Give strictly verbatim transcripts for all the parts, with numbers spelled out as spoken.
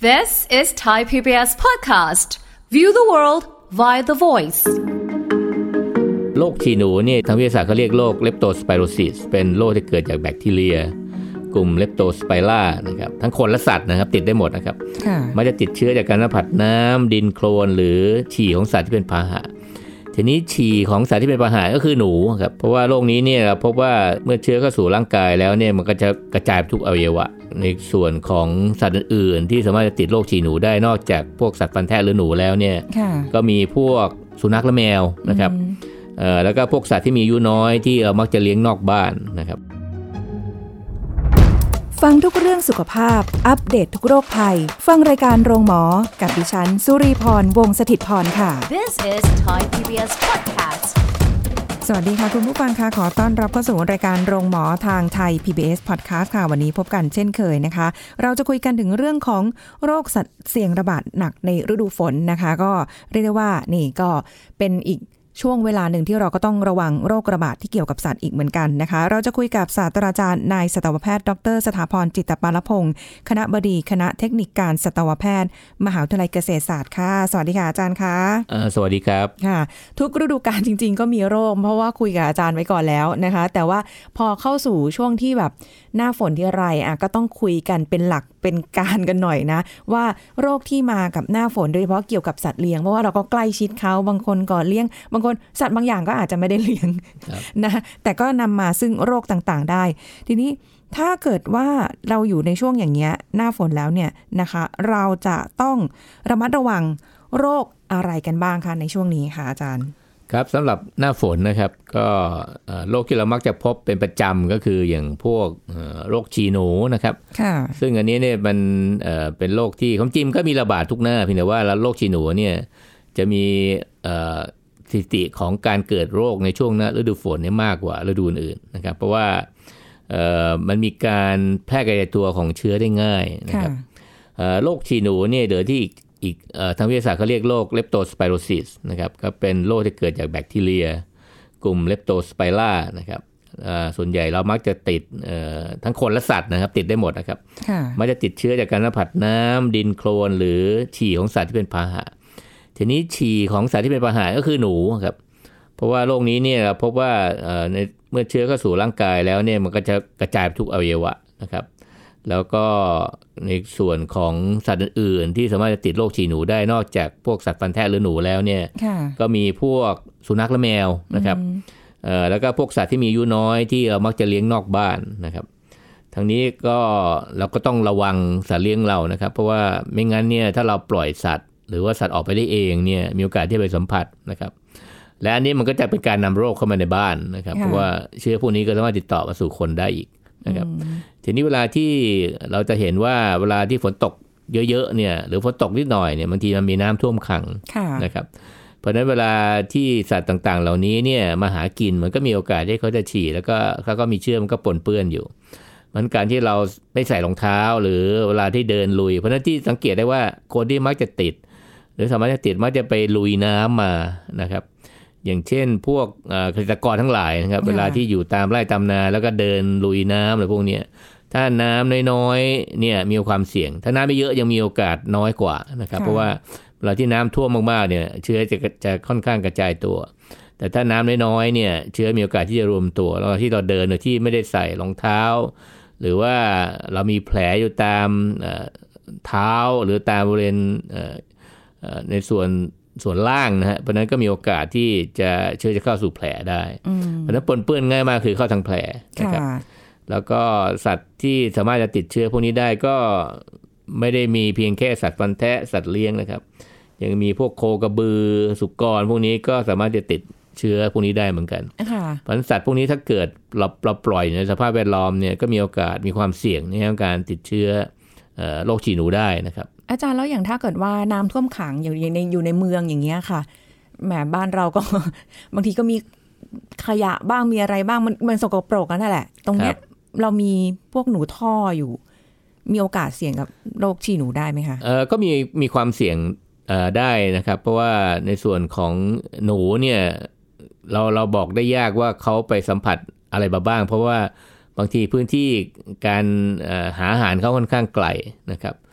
This is Thai พี บี เอส podcast. View the world via the voice. โรคฉี่หนูเนี่ยทางวิทยาศาสตร์เขาเรียกโรคเลปโตสไปโรซิสเป็นโรคที่เกิดจากแบคทีเรียกลุ่มเลปโตสไปร่านะครับทั้งคนและสัตว์นะครับติดได้หมดนะครับมันจะติดเชื้อจากการสัมผัสน้ำดินโคลนหรือฉี่ของสัตว์ที่เป็นพาหะทีนี้ฉี่ของสัตว์ที่เป็นพาหะก็คือหนูครับเพราะว่าโรคนี้เนี่ยเราพบว่าเมื่อเชื้อเข้าสู่ร่างกายแล้วเนี่ยมันก็จะกระจายไปทุกอวัยวะในส่วนของสัตว์อื่นๆที่สามารถจะติดโรคฉี่หนูได้นอกจากพวกสัตว์ฟันแทะหรือหนูแล้วเนี่ยก็มีพวกสุนัขและแมวนะครับเอ่อแล้วก็พวกสัตว์ที่มีอายุน้อยที่เรามักจะเลี้ยงนอกบ้านนะครับฟังทุกเรื่องสุขภาพอัปเดต ท, ทุกโรคภัยฟังรายการโรงหมอกับดิฉันสุรีพรวงศ์สถิตย์พรค่ะ This is Thai พี บี เอส podcast. สวัสดีค่ะคุณผู้ฟังค่ะขอต้อนรับเข้าสู่รายการโรงหมอทางไทย พี บี เอส podcast ค่ะวันนี้พบกันเช่นเคยนะคะเราจะคุยกันถึงเรื่องของโรคสัตว์เสี่ยงระบาดหนักในฤดูฝนนะคะก็เรียกได้ว่านี่ก็เป็นอีกช่วงเวลาหนึ่งที่เราก็ต้องระวังโรคระบาดที่เกี่ยวกับสัตว์อีกเหมือนกันนะคะเราจะคุยกับศาสตราจารย์นายสัตวแพทย์ดร.สถาพรจิตตปาลพงศ์คณบดีคณะเทคนิคการสัตวแพทย์มหาวิทยาลัยเกษตรศาสตร์ค่ะสวัสดีค่ะอาจารย์คะสวัสดีครับค่ะทุกฤดูกาลจริงๆก็มีโรคเพราะว่าคุยกับอาจารย์ไว้ก่อนแล้วนะคะแต่ว่าพอเข้าสู่ช่วงที่แบบหน้าฝนที่ไรอ่ะก็ต้องคุยกันเป็นหลักเป็นการกันหน่อยนะว่าโรคที่มากับหน้าฝนโดยเฉพาะเกี่ยวกับสัตว์เลี้ยงเพราะว่าเราก็ใกล้ชิดเขาบางคนก็เลี้ยงบางคนสัตว์บางอย่างก็อาจจะไม่ได้เลี้ยงนะแต่ก็นำมาซึ่งโรคต่างๆได้ทีนี้ถ้าเกิดว่าเราอยู่ในช่วงอย่างเงี้ยหน้าฝนแล้วเนี่ยนะคะเราจะต้องระมัดระวังโรคอะไรกันบ้างคะในช่วงนี้ค่ะอาจารย์ครับสำหรับหน้าฝนนะครับก็โรคที่เรามักจะพบเป็นประจำก็คืออย่างพวกโรคฉี่หนูนะครับซึ่งอันนี้เนี่ยมันเป็นโรคที่ของจริงก็มีระบาดทุกหน้าเพียงแต่ว่าโรคฉี่หนูเนี่ยจะมีสถิติของการเกิดโรคในช่วงหน้าฤดูฝนเนี่ยมากกว่าฤดูอื่นนะครับเพราะว่ามันมีการแพร่กระจายตัวของเชื้อได้ง่ายนะครับโรคฉี่หนูเนี่ยเดี๋ยวที่อีกทางวิทยาศาสตร์เขาเรียกโรคเลปโตสไปโรซิสนะครับก็เป็นโรคที่เกิดจากแบคทีเรียกลุ่มเลปโตสไปร่านะครับส่วนใหญ่เรามักจะติดทั้งคนและสัตว์นะครับติดได้หมดนะครับมันจะติดเชื้อจากการสัมผัสน้ำดินโคลนหรือฉี่ของสัตว์ที่เป็นพาหะทีนี้ฉี่ของสัตว์ที่เป็นพาหะก็คือหนูครับเพราะว่าโรคนี้เนี่ยเราพบว่าในเมื่อเชื้อเข้าสู่ร่างกายแล้วเนี่ยมันก็จะกระจายไปทุกอวัยวะนะครับแล้วก็ในส่วนของสัตว์อื่นๆที่สามารถจะติดโรคฉี่หนูได้นอกจากพวกสัตว์ฟันแทะหรือหนูแล้วเนี่ยก็มีพวกสุนัขและแมวนะครับแล้วก็พวกสัตว์ที่มีอายุน้อยที่เรามักจะเลี้ยงนอกบ้านนะครับทั้งนี้ก็เราก็ต้องระวังสัตว์เลี้ยงเรานะครับเพราะว่าไม่งั้นเนี่ยถ้าเราปล่อยสัตว์หรือว่าสัตว์ออกไปได้เองเนี่ยมีโอกาสที่จะไปสัมผัสนะครับและอันนี้มันก็จะเป็นการนำโรคเข้ามาในบ้านนะครับเพราะว่าเชื้อพวกนี้ก็สามารถติดต่อมาสู่คนได้อีกนะครับทีนี้เวลาที่เราจะเห็นว่าเวลาที่ฝนตกเยอะๆเนี่ยหรือฝนตกนิดหน่อยเนี่ยบางทีมันมีน้ำท่วมขังนะครับเพราะฉะนั้นเวลาที่สัตว์ต่างๆเหล่านี้เนี่ยมาหากินมันก็มีโอกาสที่เขาจะฉี่แล้วก็เขาก็มีเชื้อมันก็ปนเปื้อนอยู่มันการที่เราไม่ใส่รองเท้าหรือเวลาที่เดินลุยเพราะฉะนั้นที่สังเกตได้ว่าคนที่มักจะติดหรือสามารถจะติดมักจะไปลุยน้ำมานะครับอย่างเช่นพวกเกษตรกรทั้งหลายนะครับเวลาที่อยู่ตามไร่ตามนาแล้วก็เดินลุยน้ำอะไรพวกนี้ถ้าน้ำน้อยๆเนี่ยมีความเสี่ยงถ้าน้ำไม่เยอะยังมีโอกาสน้อยกว่านะครับเพราะว่าเวลาที่น้ำท่วมมากๆเนี่ยเชื้อจะจะค่อนข้างกระจายตัวแต่ถ้าน้ำน้อยๆเนี่ยเชื้อมีโอกาสที่จะรวมตัวแล้วที่เราเดินโดยที่ไม่ได้ใส่รองเท้าหรือว่าเรามีแผลอยู่ตามเท้าหรือตามบริเวณในส่วนส่วนล่างนะฮะเพราะนั้นก็มีโอกาสที่จะเชื้อจะเข้าสู่แผลได้เพราะนั้นปนเปื้อนง่ายมากคือเข้าทางแผลนะครับแล้วก็สัตว์ที่สามารถจะติดเชื้อพวกนี้ได้ก็ไม่ได้มีเพียงแค่สัตว์ฟันแทะสัตว์เลี้ยงนะครับยังมีพวกโคกระบือสุกรพวกนี้ก็สามารถจะติดเชื้อพวกนี้ได้เหมือนกันเพราะฉะนั้นสัตว์พวกนี้ถ้าเกิดเราเราปล่อยในสภาพแวดล้อมเนี่ยก็มีโอกาสมีความเสี่ยงในการติดเชื้อโรคฉี่หนูได้นะครับอาจารย์แล้วอย่างถ้าเกิดว่าน้ำท่วมขังอยู่ในอยู่ในเมืองอย่างเงี้ยค่ะแหมบ้านเราก็ บางทีก็มีขยะบ้างมีอะไรบ้างมันมันสกปรกนั่นแหละตรงเนี้ยเรามีพวกหนูท่ออยู่มีโอกาสเสี่ยงกับโรคฉี่หนูได้ไหมคะเออก็มีมีความเสี่ยงเอ่อได้นะครับเพราะว่าในส่วนของหนูเนี่ยเราเราบอกได้ยากว่าเขาไปสัมผัสอะไรมาบ้างเพราะว่าบางทีพื้นที่การหาอาหารเขาค่อนข้างไกลนะครับ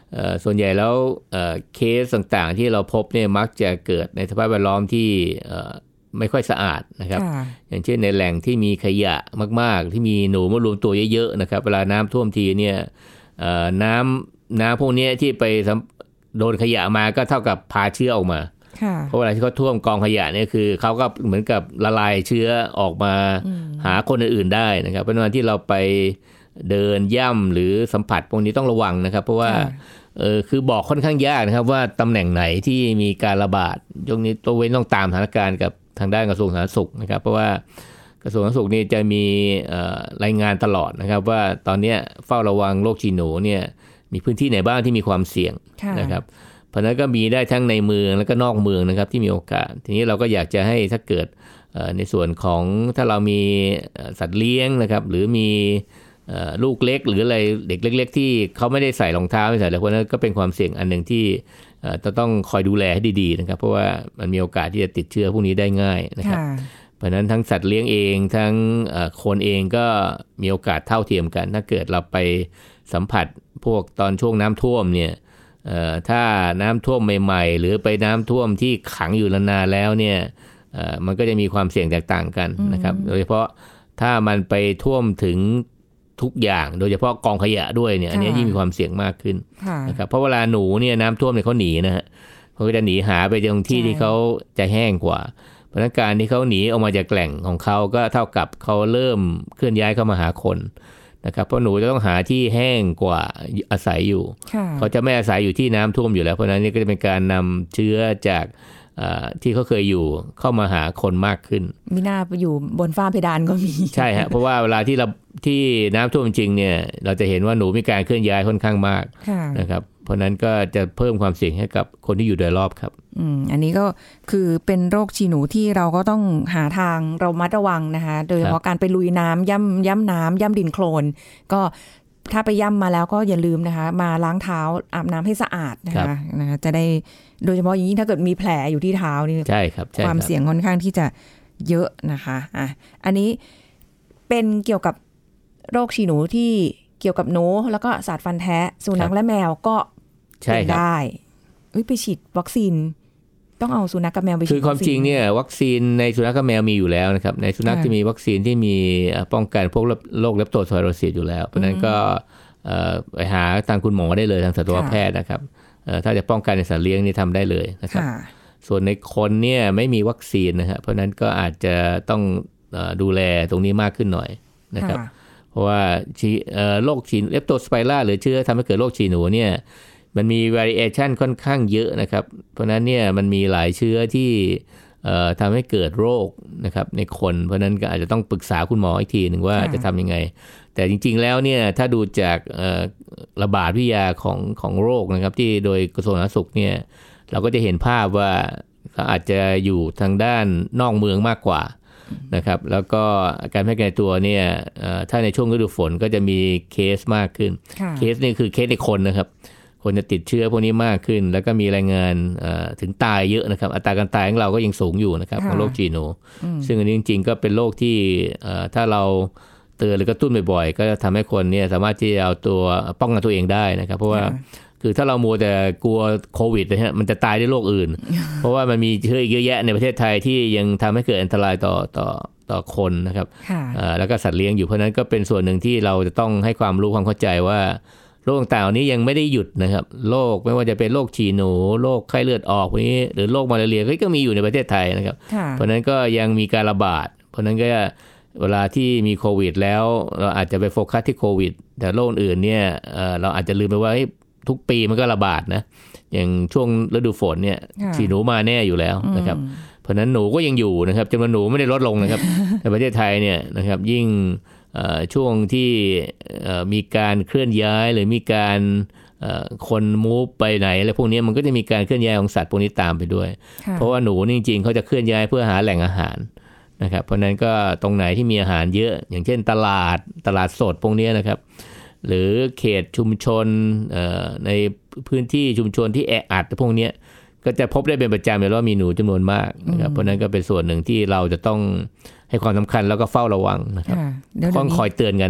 ส่วนใหญ่แล้วเคสต่างๆที่เราพบเนี่ยมักจะเกิดในสภาพแวดล้อมที่ไม่ค่อยสะอาดนะครับอย่างเช่นในแหล่งที่มีขยะมากๆที่มีหนูมารวมตัวเยอะๆนะครับเวลาน้ำท่วมทีเนี่ยน้ำน้ำพวกนี้ที่ไปโดนขยะมาก็เท่ากับพาเชื้อออกมาเพราะเวลาที่เขาท่วมกองขยะเนี่ยคือเขาก็เหมือนกับละลายเชื้อออกมาหาคนอื่นๆได้นะครับเพราะฉะนั้นที่เราไปเดินย่ำหรือสัมผัสพวกนี้ต้องระวังนะครับเพราะว่าเออคือบอกค่อนข้างยากนะครับว่าตำแหน่งไหนที่มีการระบาดตรงนี้ตัวเว้นต้องตามสถานการณ์กับทางด้านกระทรวงสาธารณสุขนะครับเพราะว่ากระทรวงสาธารณสุขนี่จะมีรายงานตลอดนะครับว่าตอนนี้เฝ้าระวังโรคฉี่หนูเนี่ยมีพื้นที่ไหนบ้างที่มีความเสี่ยงนะครับเพราะนั้นก็มีได้ทั้งในเมืองแล้วก็นอกเมืองนะครับที่มีโอกาสทีนี้เราก็อยากจะให้ถ้าเกิดในส่วนของถ้าเรามีสัตว์เลี้ยงนะครับหรือมีลูกเล็กหรืออะไรเด็กเล็กๆที่เขาไม่ได้ใส่รองเท้าไม่ใส่อะไรพวกนั้นก็เป็นความเสี่ยงอันหนึ่งที่จะต้องคอยดูแลให้ดีๆนะครับเพราะว่ามันมีโอกาสที่จะติดเชื้อพวกนี้ได้ง่ายนะครับเพราะฉะนั้นทั้งสัตว์เลี้ยงเองทั้งคนเองก็มีโอกาสเท่าเทียมกันถ้าเกิดเราไปสัมผัสพวกตอนช่วงน้ำท่วมเนี่ยถ้าน้ำท่วมใหม่ๆหรือไปน้ำท่วมที่ขังอยู่นานๆแล้วเนี่ยมันก็จะมีความเสี่ยงแตกต่างกันนะครับโดยเฉพาะถ้ามันไปท่วมถึงทุกอย่างโดยเฉพาะกองขยะด้วยเนี่ยอันนี้ยิ่งมีความเสี่ยงมากขึ้นนะครับเพราะเวลาหนูเนี่ยน้ำท่วมเนี่ยเขาหนีนะฮะเขาก็จะหนีหาไปตรงที่ที่เขาจะแห้งกว่าเพราะการที่เขาหนีออกมาจากแหล่งของเขาก็เท่ากับเขาเริ่มเคลื่อนย้ายเข้ามาหาคนนะครับเพราะหนูจะต้องหาที่แห้งกว่าอาศัยอยู่เขาจะไม่อาศัยอยู่ที่น้ำท่วมอยู่แล้วเพราะนั้นนี่ก็จะเป็นการนำเชื้อจากที่เขาเคยอยู่เข้ามาหาคนมากขึ้นมีหน้าไปอยู่บนฝ้าเพดานก็มีใช่ฮะเพราะว่าเวลาที่เราที่น้ำท่วมจริงเนี่ยเราจะเห็นว่าหนูมีการเคลื่อนย้ายค่อนข้างมากนะครับเพราะนั้นก็จะเพิ่มความเสี่ยงให้กับคนที่อยู่โดยรอบครับอืมอันนี้ก็คือเป็นโรคฉี่หนูที่เราก็ต้องหาทางเรามัดระวังนะคะโดยเฉพาะการไปลุยน้ำย่ำย่ำน้ำย่ำดินโคลนก็ถ้าไปย่ำมาแล้วก็อย่าลืมนะคะมาล้างเท้าอาบน้ำให้สะอาดนะคะนะคะจะได้โดยเฉพาะอย่างยิ่งถ้าเกิดมีแผลอยู่ที่เท้านี่ใช่ครับความเสี่ยงค่อนข้างที่จะเยอะนะคะอ่ะอันนี้เป็นเกี่ยวกับโรคฉี่หนูที่เกี่ยวกับหนูแล้วก็สัตว์ฟันแท้สุนัขและแมวก็เป็นได้เอ้ยไปฉีดวัคซีนต้องเอาสุนัขกับแมวไปฉีดคือความจริงเนี่ยวัคซีนในสุนัขกับแมวมีอยู่แล้วนะครับในสุนัขจะมีวัคซีนที่มีป้องกันพวกโรคเลปโตสไพโรซิสอยู่แล้วเพราะนั้นก็ไปหาทางคุณหมอได้เลยทางสัตวแพทย์นะครับถ้าจะป้องกันในสัตว์เลี้ยงนี่ทำได้เลยนะครับส่วนในคนเนี่ยไม่มีวัคซีนนะครับเพราะนั้นก็อาจจะต้องดูแลตรงนี้มากขึ้นหน่อยนะครับเพราะว่าโรคฉี่เลปโตสไปร่าหรือเชื้อทำให้เกิดโรคฉี่หนูเนี่ยมันมี variation ค่อนข้างเยอะนะครับเพราะนั้นเนี่ยมันมีหลายเชื้อที่ทำให้เกิดโรคนะครับในคนเพราะนั้นก็อาจจะต้องปรึกษาคุณหมออีกทีหนึ่งว่าจะทำยังไงแต่จริงๆแล้วเนี่ยถ้าดูจากระบาดวิทยาของของโรคนะครับที่โดยกระทรวงสาธารณสุขเนี่ยเราก็จะเห็นภาพว่าเขาอาจจะอยู่ทางด้านนอกเมืองมากกว่านะครับแล้วก็การแพร่กระจายตัวเนี่ยถ้าในช่วงฤดูฝนก็จะมีเคสมากขึ้นเคสนี่คือเคสในคนนะครับคนจะติดเชื้อพวกนี้มากขึ้นแล้วก็มีรายงานถึงตายเยอะนะครับอัตราการตายของเราก็ยังสูงอยู่นะครับของโรคฉี่หนูซึ่งอันนี้จริงๆก็เป็นโรคที่ถ้าเราเตือนหรือกระตุ้นบ่อยๆก็จะทำให้คนเนี่ยสามารถที่จะเอาตัวป้องกันตัวเองได้นะครับเพราะว่าคือถ้าเรามัวแต่กลัวโควิดนะฮะมันจะตายด้วยโรคอื่น เพราะว่ามันมีเชื้อเยอะแยะในประเทศไทยที่ยังทำให้เกิดอันตรายต่อต่อต่อคนนะครับแล้วก็สัตว์เลี้ยงอยู่เพราะนั้นก็เป็นส่วนหนึ่งที่เราจะต้องให้ความรู้ความเข้าใจว่าโรคต่างๆนี้ยังไม่ได้หยุดนะครับโรคไม่ว่าจะเป็นโรคฉี่หนูโรคไข้เลือดออกพวกนี้หรือโรคมาลาเรียก็มีอยู่ในประเทศไทยนะครับเพราะนั้นก็ยังมีการระบาดเพราะนั้นก็เวลาที่มีโควิดแล้วเราอาจจะไปโฟกัสที่โควิดแต่โรคอื่นเนี่ยเราอาจจะลืมไปว่าทุกปีมันก็ระบาดนะอย่างช่วงฤดูฝนเนี่ยฉี่หนูมาแน่อยู่แล้วนะครับเพราะนั้นหนูก็ยังอยู่นะครับจำนวนหนูไม่ได้ลดลงนะครับในประเทศไทยเนี่ยนะครับยิ่งช่วงที่มีการเคลื่อนย้ายหรือมีการคนมูฟไปไหนอะไรพวกนี้มันก็จะมีการเคลื่อนย้ายของสัตว์พวกนี้ตามไปด้วยเพราะว่าหนูจริงๆเขาจะเคลื่อนย้ายเพื่อหาแหล่งอาหารนะครับเพราะนั้นก็ตรงไหนที่มีอาหารเยอะอย่างเช่นตลาดตลาดสดพวกนี้นะครับหรือเขตชุมชนในพื้นที่ชุมชนที่แออัดพวกนี้ก็จะพบได้เป็นประจำเลยว่ามีหนูจำนวนมากนะครับเพราะนั้นก็เป็นส่วนหนึ่งที่เราจะต้องให้ความสำคัญแล้วก็เฝ้าระวังนะครับต้องคอยเตือนกันนะครับ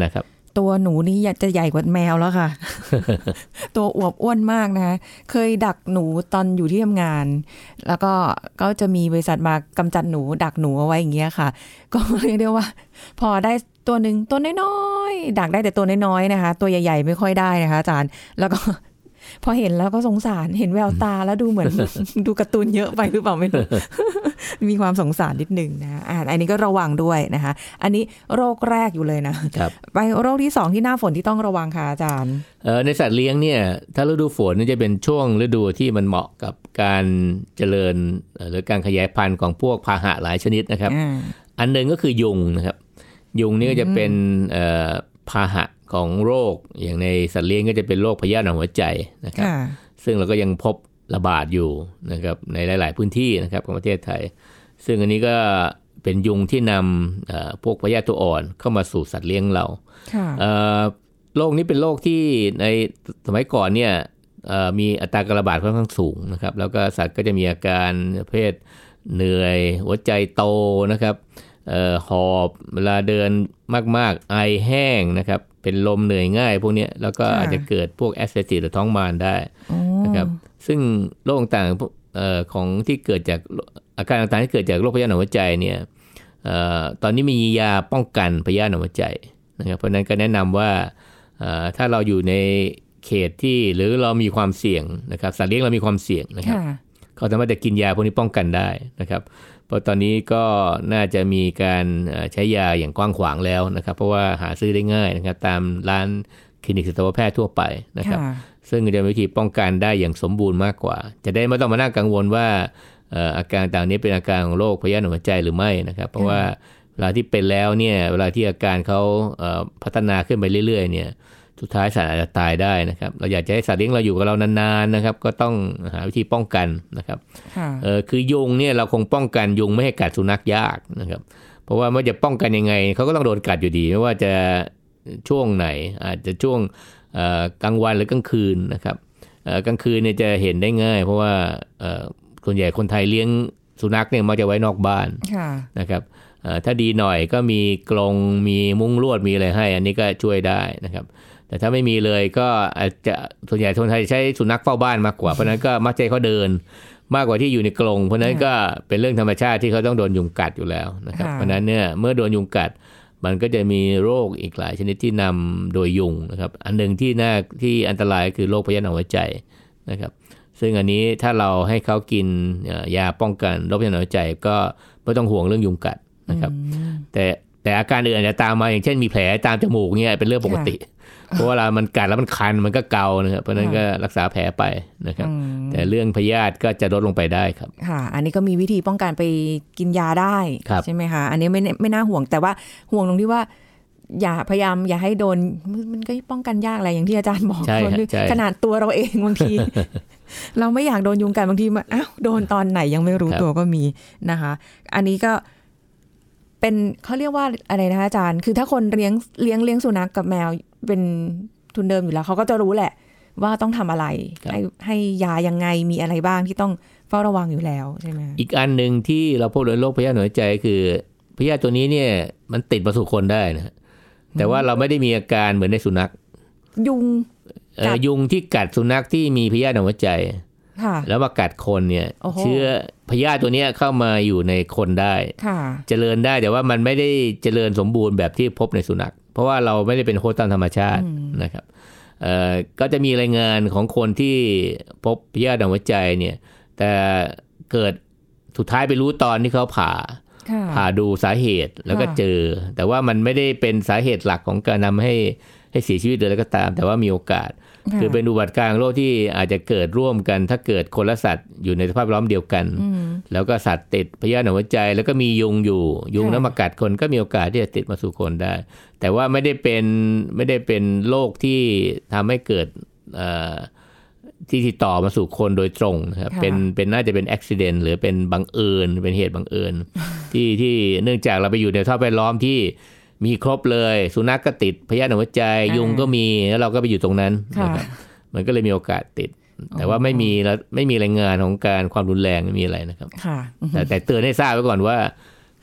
ตัวหนูนี่จะใหญ่กว่าแมวแล้วค่ะ ตัวอวบอ้วนมากนะคะเคยดักหนูตอนอยู่ที่ทำงานแล้วก็ก็จะมีบริษัทมากำจัดหนูดักหนูเอาไว้อย่างเงี้ยค่ะก็เรียกได้ว่าพอได้ตัวหนึ่งตัวน้อยๆดักได้แต่ตัวน้อยๆนะคะตัวใหญ่ๆไม่ค่อยได้นะคะอาจารย์แล้วก็พอเห็นแล้วก็สงสารเห็นแววตาแล้วดูเหมือน ดูการ์ตูนเยอะไปหรือเปล่าไม่รู้ มีความสงสารนิดนึงนะอ่าอันนี้ก็ระวังด้วยนะคะอันนี้โรคแรกอยู่เลยนะไปโรคที่สองที่หน้าฝนที่ต้องระวังค่ะอาจารย์เอ่อในสัตว์เลี้ยงเนี่ยถ้าฤดูฝนนี่จะเป็นช่วงฤดูที่มันเหมาะกับการเจริญหรือการขยายพันธุ์ของพวกพาหะหลายชนิดนะครับอันหนึ่งก็คือยุงนะครับยุงนี่ก็จะเป็นเอ่อพาหะของโรคอย่างในสัตว์เลี้ยงก็จะเป็นโรคพยาธิหนอนหัวใจนะครับซึ่งเราก็ยังพบระบาดอยู่นะครับในหลายๆพื้นที่นะครับของประเทศไทยซึ่งอันนี้ก็เป็นยุงที่นำพวกพยาธิตัวอ่อนเข้ามาสู่สัตว์เลี้ยงเราโรคนี้เป็นโรคที่ในสมัยก่อนเนี่ยมีอัตราการระบาดค่อนข้างสูงนะครับแล้วก็สัตว์ก็จะมีอาการประเภทเหนื่อยหัวใจโตนะครับเอ่อหอบเวลาเดินมากๆไอแห้งนะครับเป็นลมเหนื่อยง่ายพวกนี้แล้วก็อาจจะเกิดพวกแอสไซติสหรือท้องมารได้นะครับซึ่งโรคต่างๆเอ่อของที่เกิดจากอาการต่างๆที่เกิดจากโรคพยาธิหนอนหัวใจเนี่ยเอ่อตอนนี้มียาป้องกันพยาธิหนอนหัวใจนะครับเพราะนั้นก็แนะนำว่าเอ่อถ้าเราอยู่ในเขตที่หรือเรามีความเสี่ยงนะครับสัตว์เลี้ยงเรามีความเสี่ยงนะครับเขาสามารถจะกินยาพวกนี้ป้องกันได้นะครับเพราะตอนนี้ก็น่าจะมีการใช้ยาอย่างกว้างขวางแล้วนะครับเพราะว่าหาซื้อได้ง่ายนะครับตามร้านคลินิกสัตวแพทย์ทั่วไปนะครับซึ่งจะมีวิธีป้องกันได้อย่างสมบูรณ์มากกว่าจะได้ไม่ต้องมานั่งกังวลว่าอาการต่างนี้เป็นอาการของโรคพยาธิหนอนหัวใจหรือไม่นะครับเพราะว่าเวลาที่เป็นแล้วเนี่ยเวลาที่อาการเขาพัฒนาขึ้นไปเรื่อยๆเนี่ยสุดท้ายสัตว์อาจจะตายได้นะครับเราอยากจะให้สัตว์เลี้ยงเราอยู่กับเรานานๆนะครับก็ต้องหาวิธีป้องกันนะครับเออคือยุงเนี่ยเราคงป้องกันยุงไม่ให้กัดสุนัขยากนะครับเพราะว่าเมื่อจะป้องกันยังไงเขาก็ต้องโดนกัดอยู่ดีไม่ว่าจะช่วงไหนอาจจะช่วงกลางวันหรือกลางคืนนะครับกลางคืนเนี่ยจะเห็นได้ง่ายเพราะว่าส่วนใหญ่คนไทยเลี้ยงสุนัขเนี่ยมักจะไว้นอกบ้านนะครับถ้าดีหน่อยก็มีกรงมีมุ้งลวดมีอะไรให้อันนี้ก็ช่วยได้นะครับแต่ถ้าไม่มีเลยก็อาจจะส่วนใหญ่คนไทยใช้สุนัขเฝ้าบ้านมากกว่าเพราะนั้นก็มักจะเขาเดินมากกว่าที่อยู่ในกรงเพราะนั้นก็เป็นเรื่องธรรมชาติที่เขาต้องโดนยุงกัดอยู่แล้วนะครับเพราะนั้นเนี่ยเมื่อโดนยุงกัดมันก็จะมีโรคอีกหลายชนิดที่นำโดยยุงนะครับอันนึงที่น่าที่อันตรายคือโรคพยาธิหนอนหัวใจนะครับซึ่งอันนี้ถ้าเราให้เขากินยาป้องกันโรคพยาธิหนอนหัวใจก็ไม่ต้องห่วงเรื่องยุงกัดนะครับแต่แต่อาการอื่นอาจจะตามมาอย่างเช่นมีแผลตามจมูกเนี่ยเป็นเรื่องปกติเพราะเวลามันกัดแล้วมันคันมันก็เกานะครับเพราะนั้นก็รักษาแผลไปนะครับแต่เรื่องพยาธิก็จะลดลงไปได้ครับค่ะอันนี้ก็มีวิธีป้องกันไปกินยาได้ใช่ไหมคะอันนี้ไม่ไม่น่าห่วงแต่ว่าห่วงตรงที่ว่าอย่าพยายามอย่าให้โดนมันก็ป้องกันยากอะไรอย่างที่อาจารย์บอกขนาดตัวเราเองบางที เราไม่อยากโดนยุงกัดบางทีมาอ้าวโดนตอนไหนยังไม่รู้ตัวก็มีนะคะอันนี้ก็เป็นเขาเรียกว่าอะไรนะคะอาจารย์คือถ้าคนเลี้ยงเลี้ยงเลี้ยงสุนัข ก, กับแมวเป็นทุนเดิมอยู่แล้วเขาก็จะรู้แหละว่าต้องทำอะไรให้ให้ยายังไงมีอะไรบ้างที่ต้องเฝ้าระวังอยู่แล้วใช่ไหมอีกอันหนึ่งที่เราพบในโรคพยาธิหนอนหัวใจคือพยาธิตัวนี้เนี่ยมันติดมาสู่คนได้นะแต่ว่าเราไม่ได้มีอาการเหมือนในสุนัขยุงเอ่อยุงที่กัดสุนัขที่มีพยาธิหนอนหัวใจแล้วมากัดคนเนี่ยเชื้อพยาธิตัวนี้เข้ามาอยู่ในคนได้เจริญได้แต่ว่ามันไม่ได้เจริญสมบูรณ์แบบที่พบในสุนัขเพราะว่าเราไม่ได้เป็นโฮสต์ตามธรรมชาตินะครับเอ่อก็จะมีรายงานของคนที่พบพยาธิหนอนหัวใจเนี่ยแต่เกิดสุดท้ายไปรู้ตอนที่เขาผ่าผ่าดูสาเหตุแล้วก็เจอแต่ว่ามันไม่ได้เป็นสาเหตุหลักของการนำให้ให้เสียชีวิตเลยก็ตามแต่ว่ามีโอกาสคือเป็นอุบัติการโรคที่อาจจะเกิดร่วมกันถ้าเกิดคนละสัตว์อยู่ในสภาพแวดล้อมเดียวกันแล้วก็สัตว์ติดพยาธิหนอนหัวใจแล้วก็มียุงอยู่ยุงแล้วมากัดคนก็มีโอกาสที่จะติดมาสู่คนได้แต่ว่าไม่ได้เป็นไม่ได้เป็นโรคที่ทำให้เกิดที่ติดต่อมาสู่คนโดยตรงนะครับเป็นเป็นน่าจะเป็นอุบัติเหตุหรือเป็นบังเอิญเป็นเหตุบังเอิญที่ที่เนื่องจากเราไปอยู่ในสภาพแวดล้อมที่มีครบเลยสุนัข ก, ก็ติดพยาธิหนอนหัวใจยุงก็มีแล้วเราก็ไปอยู่ตรงนั้นนะครับมันก็เลยมีโอกาสติดแต่ว่าไม่มีแล้วไม่มีรายงานของการความรุนแรงไม่มีอะไรนะครับแต่แต่เตือนให้ทราบไว้ก่อนว่า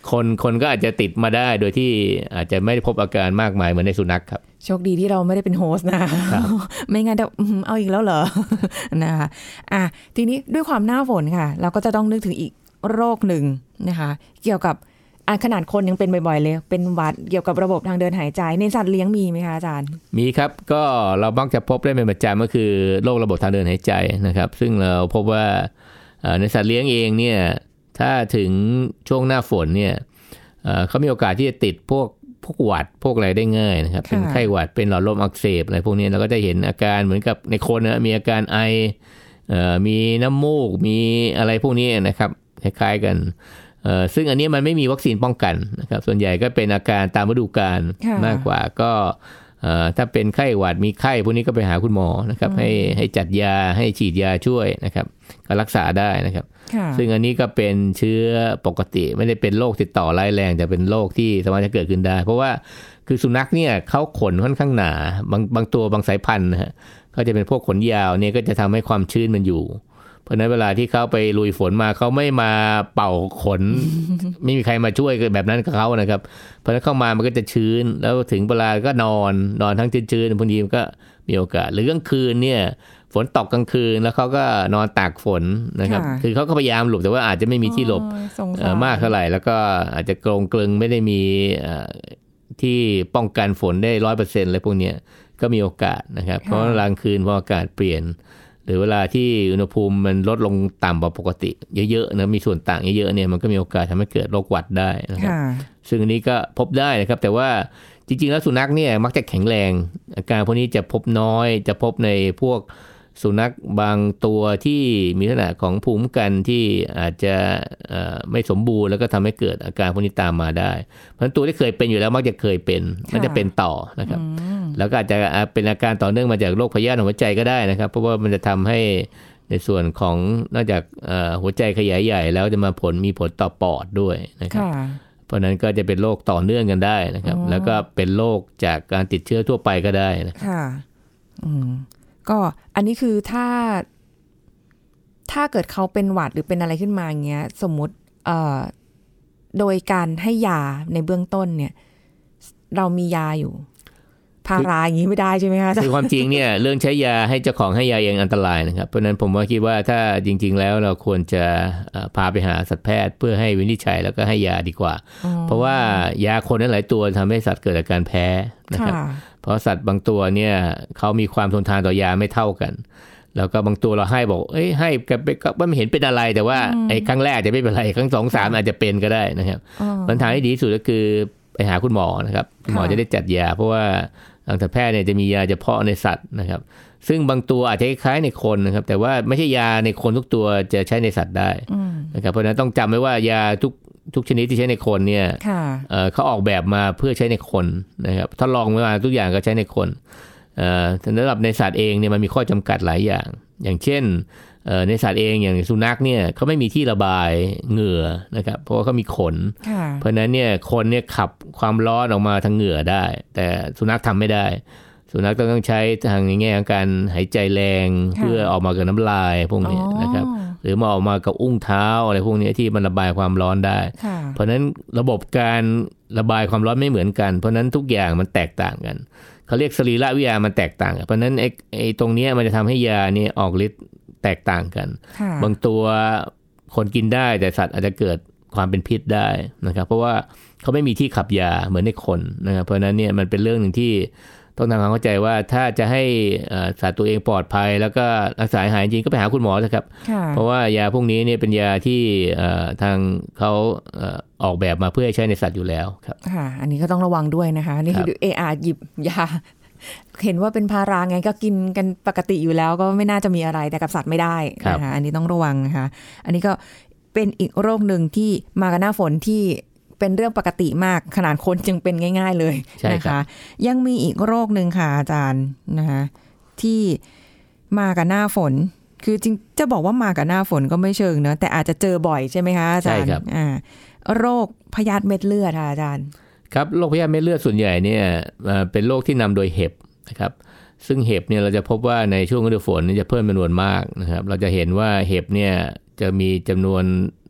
คนคนก็อาจจะติดมาได้โดยที่อาจจะไม่ได้พบอาการมากมายเหมือนในสุนัขครับโชคดีที่เราไม่ได้เป็นโฮสต์นะไม่งั้นจะเอาอีกแล้วเหรอนะคะอ่ะทีนี้ด้วยความหน้าฝนค่ะเราก็จะต้องนึกถึงอีกโรคหนึ่งนะคะเกี่ยวกับขนาดคนยังเป็นบ่อยๆเลยเป็นหวัดเกี่ยวกับระบบทางเดินหายใจในสัตว์เลี้ยงมีไหมคะอาจารย์มีครับก็เรามักจะพบได้เป็นประจำก็คือโรคระบบทางเดินหายใจนะครับซึ่งเราพบว่าในสัตว์เลี้ยงเองเนี่ยถ้าถึงช่วงหน้าฝนเนี่ยเขามีโอกาสที่จะติดพวกพวกหวัดพวกอะไรได้ง่ายนะครับเป็นไข้หวัดเป็นหลอดลมอักเสบอะไรพวกนี้เราก็จะเห็นอาการเหมือนกับในคนนะมีอาการไอมีน้ำมูกมีอะไรพวกนี้นะครับคล้ายๆกันซึ่งอันนี้มันไม่มีวัคซีนป้องกันนะครับส่วนใหญ่ก็เป็นอาการตามฤดูกาลมากกว่าก็ถ้าเป็นไข้หวัดมีไข้พวกนี้ก็ไปหาคุณหมอนะครับให้ให้จัดยาให้ฉีดยาช่วยนะครับก็รักษาได้นะครับซึ่งอันนี้ก็เป็นเชื้อปกติไม่ได้เป็นโรคติดต่อร้ายแรงแต่เป็นโรคที่สามารถจะเกิดขึ้นได้เพราะว่าคือสุนัขเนี่ยเขาขนค่อนข้างหนาบางบางตัวบางสายพันธุ์นะฮะก็จะเป็นพวกขนยาวเนี่ยก็จะทำให้ความชื้นมันอยู่เพราะฉะนั้นเวลาที่เขาไปลุยฝนมาเขาไม่มาเป่าขน ไม่มีใครมาช่วยแบบนั้นกับเขานะครับเพราะฉะนั้นเข้ามามันก็จะชื้นแล้วถึงเวลาก็นอนนอนทั้งชื้นๆบางทีมันก็มีโอกาสหรือกลางคืนเนี่ยฝนตกกลางคืนแล้วเขาก็นอนตากฝนนะครับคือเขาก็พยายามหลบแต่ว่าอาจจะไม่มีที่หลบมากเท่าไหร่แล้วก็อาจจะกรงกลึงไม่ได้มีที่ป้องกันฝนได้ ร้อยเปอร์เซ็นต์ อะไรพวกนี้ก็มีโอกาสนะครับเพราะกลางคืนพออากาศเปลี่ยนหรือเวลาที่อุณหภูมิมันลดลงต่ำกว่าปกติเยอะๆนะมีส่วนต่างเยอะๆเนี่ยมันก็มีโอกาสทำให้เกิดโรคหวัดได้นะครับซึ่งอันนี้ก็พบได้นะครับแต่ว่าจริงๆแล้วสุนัขเนี่ยมักจะแข็งแรงอาการพวกนี้จะพบน้อยจะพบในพวกสุนัขบางตัวที่มีลักษณะของภูมิคุ้มกันที่อาจจะไม่สมบูรณ์แล้วก็ทำให้เกิดอาการพวกนี้ตามมาได้เพราะฉะนั้นตัวที่เคยเป็นอยู่แล้วมักจะเคยเป็นมันจะเป็นต่อนะครับแล้วก็อาจจะเป็นอาการต่อเนื่องมาจากโรคพยาธิหัวใจก็ได้นะครับเพราะว่ามันจะทำให้ในส่วนของนอกจากหัวใจขยายใหญ่แล้วจะมาผลมีผลต่อปอดด้วยนะครับเพราะนั้นก็จะเป็นโรคต่อเนื่องกันได้นะครับแล้วก็เป็นโรคจากการติดเชื้อทั่วไปก็ได้นะค่ะอืมก็อันนี้คือถ้าถ้าเกิดเขาเป็นหวัดหรือเป็นอะไรขึ้นมาอย่างเงี้ยสมมุติเอ่อโดยการให้ยาในเบื้องต้นเนี่ยเรามียาอยู่พาราอย่างนี้ไม่ได้ใช่ไหมคะคือความจริงเนี่ยเรื่องใช้ยาให้เจ้าของให้ยาเองอันตรายนะครับเพราะนั้นผมว่าคิดว่าถ้าจริงๆแล้วเราควรจะพาไปหาสัตวแพทย์เพื่อให้วินิจฉัยแล้วก็ให้ยาดีกว่าเพราะว่ายาคนนั้นหลายตัวทำให้สัตว์เกิดอาการแพ้นะครับเพราะสัตว์บางตัวเนี่ยเขามีความทนทานต่อยาไม่เท่ากันแล้วก็บางตัวเราให้บอกเอ้ยให้กับก็ไม่เห็นเป็นอะไรแต่ว่าไอ้ครั้งแรกจะไม่เป็นไรครั้งสองสามอาจจะเป็นก็ได้นะครับปัญหาที่ดีที่สุดก็คือไปหาคุณหมอนะครับคุณหมอจะได้จัดยาเพราะว่าทางสัตวแพทย์เนี่ยจะมียาเฉพาะในสัตว์นะครับซึ่งบางตัวอาจจะคล้ายในคนนะครับแต่ว่าไม่ใช่ยาในคนทุกตัวจะใช้ในสัตว์ได้นะครับเพราะฉะนั้นต้องจำไว้ว่ายาทุกทุกชนิดที่ใช้ในคนเนี่ย เอ่อ เขาออกแบบมาเพื่อใช้ในคนนะครับทดลองมาทุกอย่างก็ใช้ในคนสำหรับในสัตว์เองเนี่ยมันมีข้อจำกัดหลายอย่างอย่างเช่นในสัตว์เองอย่างสุนัขเนี่ยเขาไม่มีที่ระบายเหงื่อนะครับเพราะว่าเขามีขนเพราะนั้นเนี่ยคนเนี่ยขับความร้อนออกมาทางเหงื่อได้แต่สุนัขทำไม่ได้สุนัขต้องใช้ทางในแง่ของการหายใจแรงเพื่อออกมากับน้ำลายพวกนี้นะครับหรือมาออกมากับอุ้งเท้าอะไรพวกนี้ที่มันระบายความร้อนได้เพราะนั้นระบบการระบายความร้อนไม่เหมือนกันเพราะนั้นทุกอย่างมันแตกต่างกันเขาเรียกสรีรวิทยามันแตกต่างเพราะนั้นไอ้ไอ้ตรงนี้มันจะทำให้ยานี่ออกฤทธิ์แตกต่างกันบางตัวคนกินได้แต่สัตว์อาจจะเกิดความเป็นพิษได้นะครับเพราะว่าเขาไม่มีที่ขับยาเหมือนในคนนะครับเพราะนั้นเนี่ยมันเป็นเรื่องหนึ่งที่ต้องทำความเข้าใจว่าถ้าจะให้สัตว์ตัวเองปลอดภัยแล้วก็รักษาหายจริงก็ไปหาคุณหมอนะครับเพราะว่ายาพวกนี้เนี่ยเป็นยาที่ทางเขาออกแบบมาเพื่อใช้ในสัตว์อยู่แล้วครับค่ะอันนี้ก็ต้องระวังด้วยนะคะนี่คือเออาหยิบยาเห็นว่าเป็นพาราไงก็กินกันปกติอยู่แล้วก็ไม่น่าจะมีอะไรแต่กับสัตว์ไม่ได้นะคะอันนี้ต้องระวังนะคะอันนี้ก็เป็นอีกโรคหนึ่งที่มากับหน้าฝนที่เป็นเรื่องปกติมากขนาดคนจึงเป็นง่ายๆเลยนะคะยังมีอีกโรคหนึ่งค่ะอาจารย์นะคะที่มากับหน้าฝนคือจริงจะบอกว่ามากับหน้าฝนก็ไม่เชิงเนอะแต่อาจจะเจอบ่อยใช่ไหมคะอาจารย์อ่าโรคพยาธิเม็ดเลือดค่ะอาจารย์ครับโรคพยาธิเม็ดเลือดส่วนใหญ่เนี่ยเป็นโรคที่นำโดยเห็บนะครับซึ่งเห็บเนี่ยเราจะพบว่าในช่วงฤดูฝนจะเพิ่มจำนวนมากนะครับเราจะเห็นว่าเห็บเนี่ยจะมีจำนวน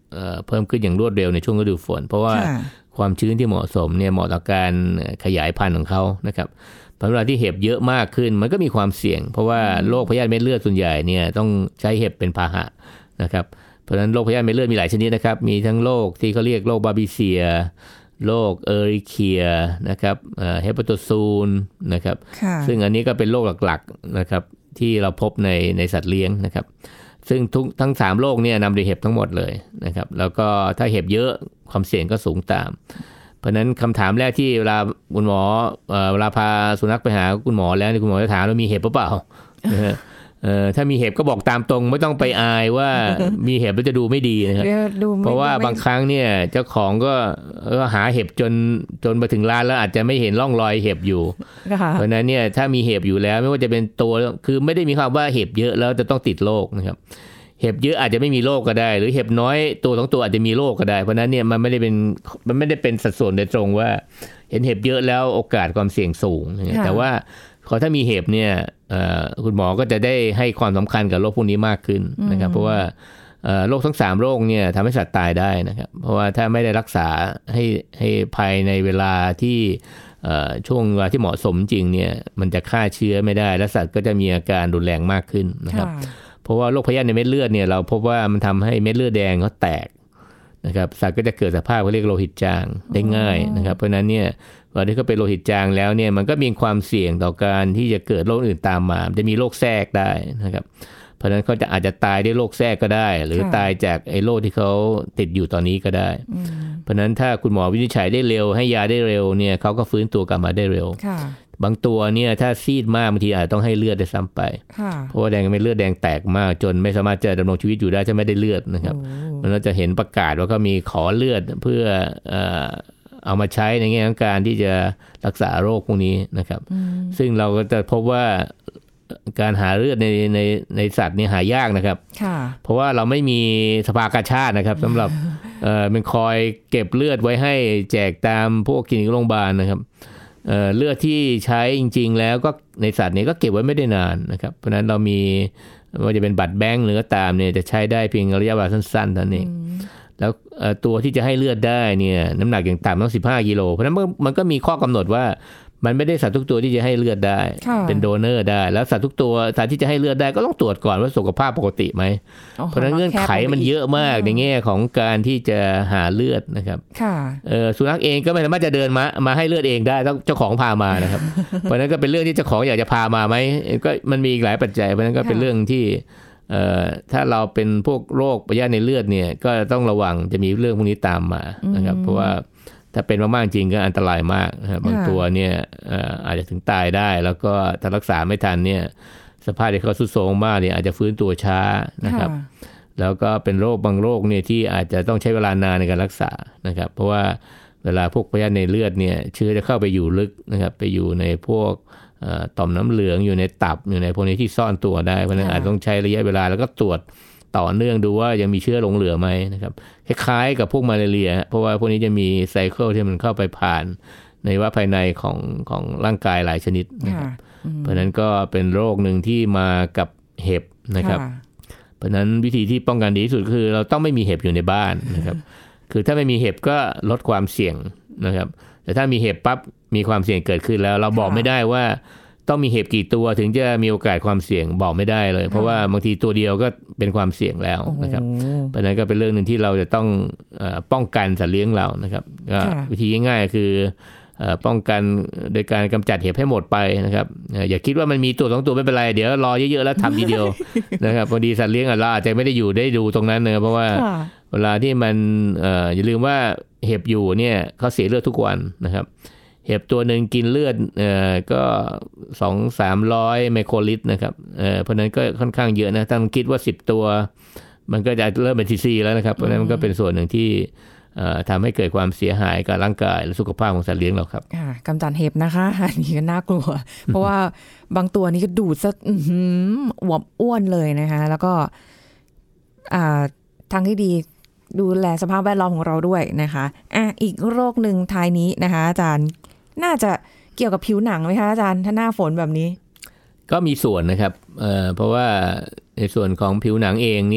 เอ่อเพิ่มขึ้นอย่างรวดเร็วในช่วงฤดูฝนเพราะว่าความชื้นที่เหมาะสมเนี่ยเหมาะต่อการขยายพันธุ์ของเขานะครับเวลาที่เห็บเยอะมากขึ้นมันก็มีความเสี่ยงเพราะว่าโรคพยาธิเม็ดเลือดส่วนใหญ่เนี่ยต้องใช้เห็บเป็นพาหะนะครับเพราะฉะนั้นโรคพยาธิเม็ดเลือดมีหลายชนิดนะครับมีทั้งโรคที่เขาเรียกโรคบาบิเซียโรคเอริเคียนะครับเฮปาโตซูลนะครับซึ่งอันนี้ก็เป็นโรคหลักๆนะครับที่เราพบในในสัตว์เลี้ยงนะครับซึ่งทุกทั้งสามโรคเนี่ยนำโดยเห็บทั้งหมดเลยนะครับแล้วก็ถ้าเห็บเยอะความเสี่ยงก็สูงตามเพราะนั้นคำถามแรกที่เวลาคุณหมอเอ่อเวลาพาสุนัขไปหาคุณหมอแล้วคุณหมอจะถามว่ามีเห็บหรือเปล่าเอ่อถ้ามีเห็บก็บอกตามตรงไม่ต้องไปอายว่ามีเห็บแล้วจะดูไม่ดีนะครับเพราะว่าบางครั้งเนี่ยเจ้าของก็ก็หาเห็บจนจนมาถึงร้านแล้วอาจจะไม่เห็นร่องรอยเห็บอยู่เพราะนั้นเนี่ยถ้ามีเห็บอยู่แล้วไม่ว่าจะเป็นตัวคือไม่ได้มีความว่าเห็บเยอะแล้วจะต้องติดโรคนะครับเห็บเยอะอาจจะไม่มีโรคก็ได้หรือเห็บน้อยตัวสองตัวอาจจะมีโรคก็ได้เพราะนั้นเนี่ยมันไม่ได้เป็นมันไม่ได้เป็นสัดส่วนโดยตรงว่าเห็นเห็บเยอะแล้วโอกาสความเสี่ยงสูงแต่ว่าขอถ้ามีเห็บเนี่ยคุณหมอก็จะได้ให้ความสำคัญกับโรคพวกนี้มากขึ้นนะครับเพราะว่าโรคทั้งสามโรคเนี่ยทำให้สัตว์ตายได้นะครับเพราะว่าถ้าไม่ได้รักษาให้ให้ภายในเวลาที่ช่วงเวลาที่เหมาะสมจริงเนี่ยมันจะฆ่าเชื้อไม่ได้และสัตว์ก็จะมีอาการรุนแรงมากขึ้นนะครับเพราะว่าโรคพยาธิในเม็ดเลือดเนี่ยเราพบว่ามันทำให้เม็ดเลือดแดงเขาแตกนะครับสัตว์ก็จะเกิดสภาพเขาเรียกโลหิตจางได้ง่ายนะครับเพราะนั้นเนี่ยเวลาที่เขาเป็นโลหิตจางแล้วเนี่ยมันก็มีความเสี่ยงต่อการที่จะเกิดโรคอื่นตามมาจะมีโรคแทรกได้นะครับเพราะฉะนั้นเขาจะอาจจะตายด้วยโรคแทรกก็ได้หรือตายจากไอ้โรคที่เขาติดอยู่ตอนนี้ก็ได้เพราะฉะนั้นถ้าคุณหมอวินิจฉัยได้เร็วให้ยาได้เร็วเนี่ยเขาก็ฟื้นตัวกลับมาได้เร็วบางตัวเนี่ยถ้าซีดมากบางทีอาจต้องให้เลือดได้ซ้ำไปเพราะว่าแดงไม่เลือดแดงแตกมากจนไม่สามารถจะดำรงชีวิตอยู่ได้ถ้าไม่ได้เลือดนะครับมันก็จะเห็นประกาศว่าก็มีขอเลือดเพื่อเอ่อเอามาใช้ในแง่ของการที่จะรักษาโรคพวกนี้นะครับซึ่งเราก็จะพบว่าการหาเลือดในในในสัตว์นี่หายากนะครับเพราะว่าเราไม่มีสภากาชาดนะครับสำหรับเอ่อมันคอยเก็บเลือดไว้ให้แจกตามพวกคลินิกโรงพยาบาลนะครับเอ่อเลือดที่ใช้จริงๆแล้วก็ในสัตว์นี้ก็เก็บไว้ไม่ได้นานนะครับเพราะฉะนั้นเรามีว่าจะเป็นบัตรแบงค์หรือก็ตามเนี่ยจะใช้ได้เพียงระยะเวลาสั้นๆเท่านั้นเองแล้วตัวที่จะให้เลือดได้เนี่ยน้ำหนักอย่างต่ำต้องสิบห้ากิโลเพราะฉะนั้นมันก็มีข้อกำหนดว่ามันไม่ได้สัตว์ทุกตัวที่จะให้เลือดได้เป็นโดเนอร์ได้แล้วสัตว์ทุกตัวสัตว์ที่จะให้เลือดได้ก็ต้องตรวจก่อนว่าสุขภาพปกติไหมเพราะฉะนั้นเงื่อนไขมันเยอะมากในแง่ของการที่จะหาเลือดนะครับสุนัขเองก็ไม่สามารถจะเดินมามาให้เลือดเองได้ต้องเจ้าของพามานะครับเพราะฉะนั้นก็เป็นเรื่องที่เจ้าของอยากจะพามาไหมก็มันมีอีกหลายปัจจัยเพราะฉะนั้นก็เป็นเรื่องที่เอ่อถ้าเราเป็นพวกโรคพยาธิในเลือดเนี่ยก็ต้องระวังจะมีเรื่องพวกนี้ตามมานะครับเพราะว่าถ้าเป็นมากๆจริงก็อันตรายมากนะครับบางตัวเนี่ยเอ่ออาจจะถึงตายได้แล้วก็ถ้ารักษาไม่ทันเนี่ยสภาพที่เขาทรุดโทรมมากเนี่ยอาจจะฟื้นตัวช้านะครับแล้วก็เป็นโรคบางโรคเนี่ยที่อาจจะต้องใช้เวลานานในการรักษานะครับเพราะว่าเวลาพวกพยาธิในเลือดเนี่ยเชื้อจะเข้าไปอยู่ลึกนะครับไปอยู่ในพวกต่อมน้ำเหลืองอยู่ในตับอยู่ในพวกนี้ที่ซ่อนตัวได้เพราะฉะนั้นอาจต้องใช้ระยะเวลาแล้วก็ตรวจต่อเนื่องดูว่ายังมีเชื้อหลงเหลือไหมนะครับคล้ายๆกับพวกมาลาเรียเพราะว่าพวกนี้จะมีไซเคิลที่มันเข้าไปผ่านในว่าภายในของของร่างกายหลายชนิดนะครับเพราะนั้นก็เป็นโรคหนึ่งที่มากับเห็บนะครับเพราะนั้นวิธีที่ป้องกันดีที่สุดคือเราต้องไม่มีเห็บอยู่ในบ้านนะครับคือถ้าไม่มีเห็บก็ลดความเสี่ยงนะครับแต่ถ้ามีเห็บปั๊บมีความเสี่ยงเกิดขึ้นแล้วเราบอกไม่ได้ว่าต้องมีเห็บกี่ตัวถึงจะมีโอกาสความเสี่ยงบอกไม่ได้เลยเพราะว่าบางทีตัวเดียวก็เป็นความเสี่ยงแล้วนะครับเพราะนั้นก็เป็นเรื่องนึงที่เราจะต้องป้องกันสัตว์เลี้ยงเรานะครับวิธีง่ายๆคือป้องกันโดยการกำจัดเห็บให้หมดไปนะครับอย่าคิดว่ามันมีตัวสองตัวไม่เป็นไรเดี๋ยวรอเยอะๆแล้วทำทีเดียวนะครับพอดีสัตว์เลี้ยงเราอาจจะไม่ได้อยู่ได้ดูตรงนั้นเลยเพราะว่าเวลาที่มันอย่าลืมว่าเห็บอยู่เนี่ยเขาเสียเลือดทุกวันนะครับเห็บตัวหนึ่งกินเลือดเอ่อก็ สองถึงสามร้อย ไมโครลิตรนะครับเอ่อเพราะนั้นก็ค่อนข้างเยอะนะถ้าคิดว่าสิบตัวมันก็จะเริ่มเป็นซีซีแล้วนะครับเพราะนั้นมันก็เป็นส่วนหนึ่งที่เอ่อทำให้เกิดความเสียหายกับร่างกายและสุขภาพของสัตว์เลี้ยงเราครับค่ะกำจัดเห็บนะคะอันนี้ก็น่ากลัว เพราะว่าบางตัวนี้ก็ดูดซะอื้อหืออวบอ้วนเลยนะคะแล้วก็อ่าทางที่ดีดูแลสภาพแวดล้อมของเราด้วยนะคะอ่ะอีกโรคหนึ่งท้ายนี้นะคะอาจารย์น่าจะเกี่ยวกับผิวหนังไหมคะอาจารย์ถ้าหน้าฝนแบบนี้ก็มีส่วนนะครับเอ่อเพราะว่าในส่วนของผิวหนังเองเนี่ย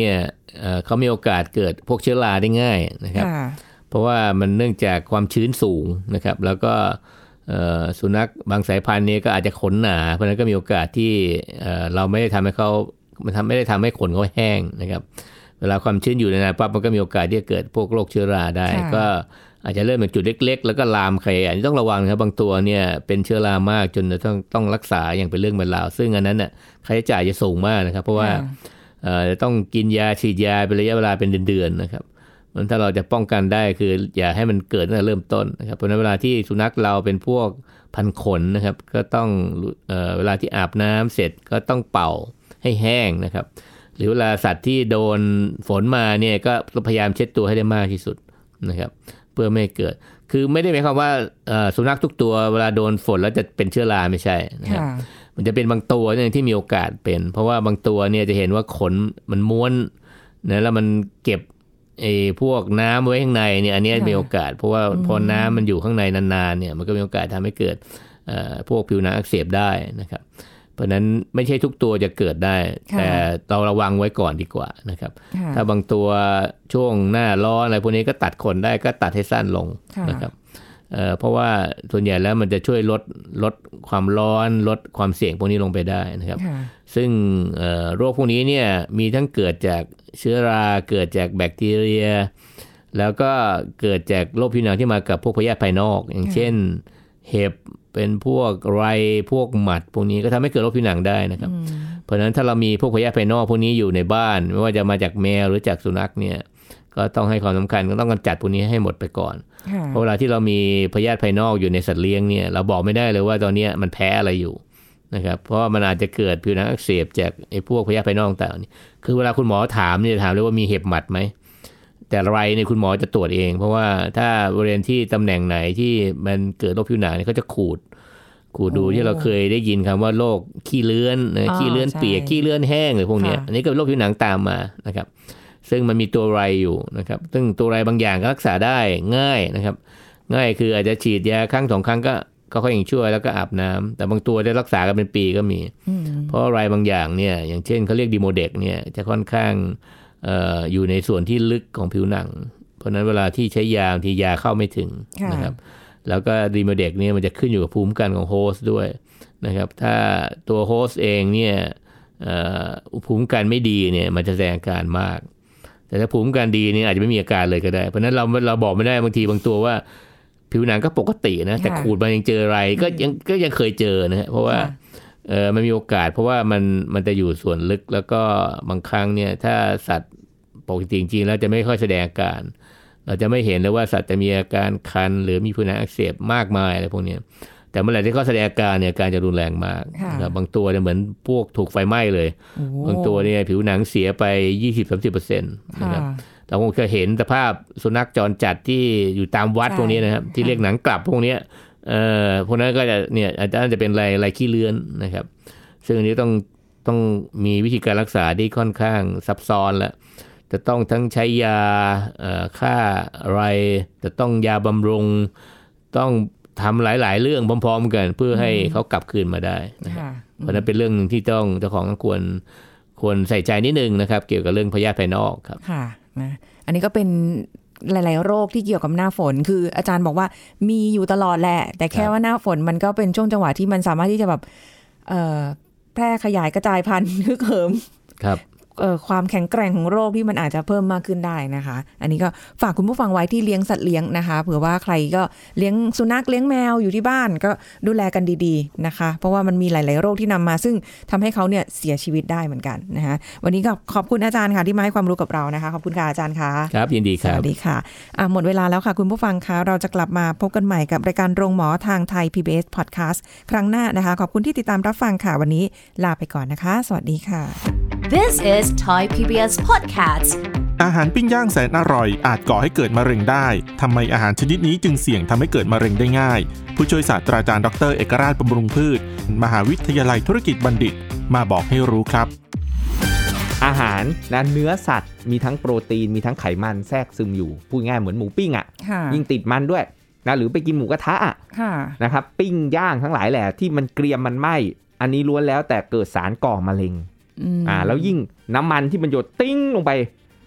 เอ่อเขามีโอกาสเกิดพวกเชื้อราได้ง่ายนะครับเพราะว่ามันเนื่องจากความชื้นสูงนะครับแล้วก็สุนัขบางสายพันธุ์นี้ก็อาจจะขนหนาเพราะนั้นก็มีโอกาสที่เราไม่ได้ทำให้เขามันทำไม่ได้ทำให้ขนเขาแห้งนะครับเวลาความชื้นอยู่ในนั้นปั๊บมันก็มีโอกาสที่จะเกิดพวกโรคเชื้อราได้ก็อาจจะเริ่มจากจุดเล็กๆแล้วก็ลามใครอันนี้ต้องระวังครับบางตัวเนี่ยเป็นเชื้อรามากจนต้องต้องรักษาอย่างเป็นเรื่องเป็นราวซึ่งอันนั้นน่ะค่าใช้จ่ายจะสูงมากนะครับเพราะว่าจะต้องกินยาฉีดยาเป็นระยะเวลาเป็นเดือนๆนะครับมันถ้าเราจะป้องกันได้คืออย่าให้มันเกิดตั้งแต่เริ่มต้นนะครับเพราะฉะนั้นเวลาที่สุนัขเราเป็นพวกพันขนนะครับก็ต้องเอ่อเวลาที่อาบน้ำเสร็จก็ต้องเป่าให้แห้งนะครับหรือเวลาสัตว์ที่โดนฝนมาเนี่ยก็พยายามเช็ดตัวให้ได้มากที่สุดนะครับเพื่อไม่ให้เกิดคือไม่ได้หมายความว่าสุนัขทุกตัวเวลาโดนฝนแล้วจะเป็นเชื้อราไม่ใช่นะครับมันจะเป็นบางตัวเนี่ยที่มีโอกาสเป็นเพราะว่าบางตัวเนี่ยจะเห็นว่าขนมันม้วนนะแล้วมันเก็บไอ้พวกน้ำไว้ข้างในเนี่ยอันนี้มีโอกาสเพราะว่าพอน้ำมันอยู่ข้างในนานๆเนี่ยมันก็มีโอกาสทำให้เกิดพวกผิวหนังอักเสบได้นะครับเพราะนั้นไม่ใช่ทุกตัวจะเกิดได้แต่เราระวังไว้ก่อนดีกว่านะครับถ้าบางตัวช่วงหน้าร้อนอะไรพวกนี้ก็ตัดขนได้ก็ตัดให้สั้นลงนะครับเอ่อเพราะว่าส่วนใหญ่แล้วมันจะช่วยลดลดความร้อนลดความเสี่ยงพวกนี้ลงไปได้นะครับซึ่งเอ่อโรคพวกนี้เนี่ยมีทั้งเกิดจากเชื้อราเกิดจากแบคทีเรียแล้วก็เกิดจากโรคผิวหนังที่มากับพวกพยาธิภายนอกอย่างเช่นเห็บเป็นพวกไรพวกหมัดพวกนี้ก็ทำให้เกิดโรคผิวหนังได้นะครับเพราะฉะนั้นถ้าเรามีพวกพยาธิภายนอกพวกนี้อยู่ในบ้านไม่ว่าจะมาจากแมวหรือจากสุนัขเนี่ยก็ต้องให้ความสำคัญก็ต้องกำจัดพวกนี้ให้หมดไปก่อนเพราะเวลาที่เรามีพยาธิภายนอกอยู่ในสัตว์เลี้ยงเนี่ยเราบอกไม่ได้เลยว่าตอนนี้มันแพ้อะไรอยู่นะครับเพราะว่ามันอาจจะเกิดผิวหนังอักเสบจากไอ้พวกพยาธิภายนอกต่างๆนี่คือเวลาคุณหมอถามเนี่ยถามเลยว่ามีเห็บหมัดไหมแต่ไรเนี่ยคุณหมอจะตรวจเองเพราะว่าถ้าบริเวณที่ตำแหน่งไหนที่มันเกิดโรคผิวหนังเนี่ยเขาจะขูดขูดดูที่เราเคยได้ยินคำว่าโรคขี้เลื้อนขี้เลื้อนเปียกขี้เลื้อนแห้งหรือพวกนี้อันนี้ก็เป็นโรคผิวหนังตามมานะครับซึ่งมันมีตัวไรอยู่นะครับซึ่งตัวไรบางอย่างก็รักษาได้ง่ายนะครับง่ายคืออาจจะฉีดยาครั้งสองครั้งก็ก็ค่อยยังช่วยแล้วก็อาบน้ำแต่บางตัวได้รักษากันเป็นปีก็มีเพราะไรบางอย่างเนี่ยอย่างเช่นเขาเรียกดีโมเด็กเนี่ยจะค่อนข้างเอ่ออยู่ในส่วนที่ลึกของผิวหนังเพราะนั้นเวลาที่ใช้ยาบางทียาเข้าไม่ถึงนะครับแล้วก็ดีโมเด็กเนี่ยมันจะขึ้นอยู่กับภูมิคุ้มกันของโฮสต์ด้วยนะครับถ้าตัวโฮสต์เองเนี่ยภูมิคุ้มกันไม่ดีเนี่ยมันจะแสดงอาการมากแต่ถ้าภูมิคุ้มกันดีเนี่ยอาจจะไม่มีอาการเลยก็ได้เพราะนั้นเราเราบอกไม่ได้บางทีบางตัวว่าผิวหนังก็ปกตินะแต่ขูดมายังเจออะไรก็ยังก็ยังเคยเจอนะฮะเพราะว่าเออมันมีโอกาสเพราะว่ามันมันจะอยู่ส่วนลึกแล้วก็บางครั้งเนี่ยถ้าสัตว์ปกติจริงๆแล้วจะไม่ค่อยแสดงอาการเราจะไม่เห็นเลยว่าสัตว์จะมีอาการคันหรือมีผิวหนังอักเสบมากมายอะไรพวกนี้แต่เมื่อไหร่ที่เขาแสดงอาการเนี่ยอาการจะรุนแรงมากบางตัวเนี่ยเหมือนพวกถูกไฟไหม้เลยบางตัวเนี่ยผิวหนังเสียไป ยี่สิบถึงสามสิบเปอร์เซ็นต์ นะครับเราคงเคยเห็นสภาพสุนัขจรจัดที่อยู่ตามวัดพวกนี้นะครับที่เรียกหนังกลับพวกนี้เอ่อพวกนั้นก็จะเนี่ยอาจจะเป็นไรไรขี้เลื้อนนะครับซึ่งอันนี้ต้องต้องมีวิธีการรักษาที่ค่อนข้างซับซ้อนแล้วจะต้องทั้งใช้ยาฆ่าไรจะต้องยาบำรุงต้องทำหลายๆเรื่องพร้อมๆกันเพื่อให้เขากลับคืนมาได้นะครับเพราะนั้นเป็นเรื่องนึงที่ต้องเจ้าของควรควรใส่ใจนิดนึงนะครับเกี่ยวกับเรื่องพยาธิภายนอกครับค่ะนะอันนี้ก็เป็นหลายๆโรคที่เกี่ยวกับหน้าฝนคืออาจารย์บอกว่ามีอยู่ตลอดแหละแต่แค่ว่าหน้าฝนมันก็เป็นช่วงจังหวะที่มันสามารถที่จะแบบแพร่ขยายกระจายพันธุ์ฮึกเหิมครับความแข็งแกร่งของโรคที่มันอาจจะเพิ่มมากขึ้นได้นะคะอันนี้ก็ฝากคุณผู้ฟังไว้ที่เลี้ยงสัตว์เลี้ยงนะคะเผื่อว่าใครก็เลี้ยงสุนัขเลี้ยงแมวอยู่ที่บ้านก็ดูแลกันดีๆนะคะเพราะว่ามันมีหลายๆโรคที่นำมาซึ่งทำให้เขาเนี่ยเสียชีวิตได้เหมือนกันนะคะวันนี้ก็ขอบคุณอาจารย์ค่ะที่มาให้ความรู้กับเรานะคะขอบคุณค่ะอาจารย์ค่ะครับยินดีครับสวัสดีค่ะอ่ะหมดเวลาแล้วค่ะคุณผู้ฟังคะเราจะกลับมาพบกันใหม่กับรายการโรงหมอทางไทย พี บี เอส Podcast ครั้งหน้านะคะขอบคุณที่ติดตามรับฟังค่ะวันนี้ลาไปก่อนนะคะสวัสดีค่ะ This is Thai พี บี เอส Podcast อาหารปิ้งย่างแสนอร่อยอาจก่อให้เกิดมะเร็งได้ทำไมอาหารชนิดนี้จึงเสี่ยงทำให้เกิดมะเร็งได้ง่ายผู้ช่วยศาสตราจารย์ดรเอกราชบำรุงพืชมหาวิทยาลัยธุรกิจบัณฑิตมาบอกให้รู้ครับอาหารและเนื้อสัตว์มีทั้งโปรตีนมีทั้งไขมันแทรกซึมอยู่พูดง่ายเหมือนหมูปิ้งอ่ะยิ่งติดมันด้วยนะหรือไปกินหมูกระทะอ่ะนะครับปิ้งย่างทั้งหลายแหละที่มันเกรียมมันไหม้อันนี้ล้วนแล้วแต่เกิดสารก่อมะเร็งอ่าแล้วยิ่งน้ำมันที่มันหยดติ้งลงไป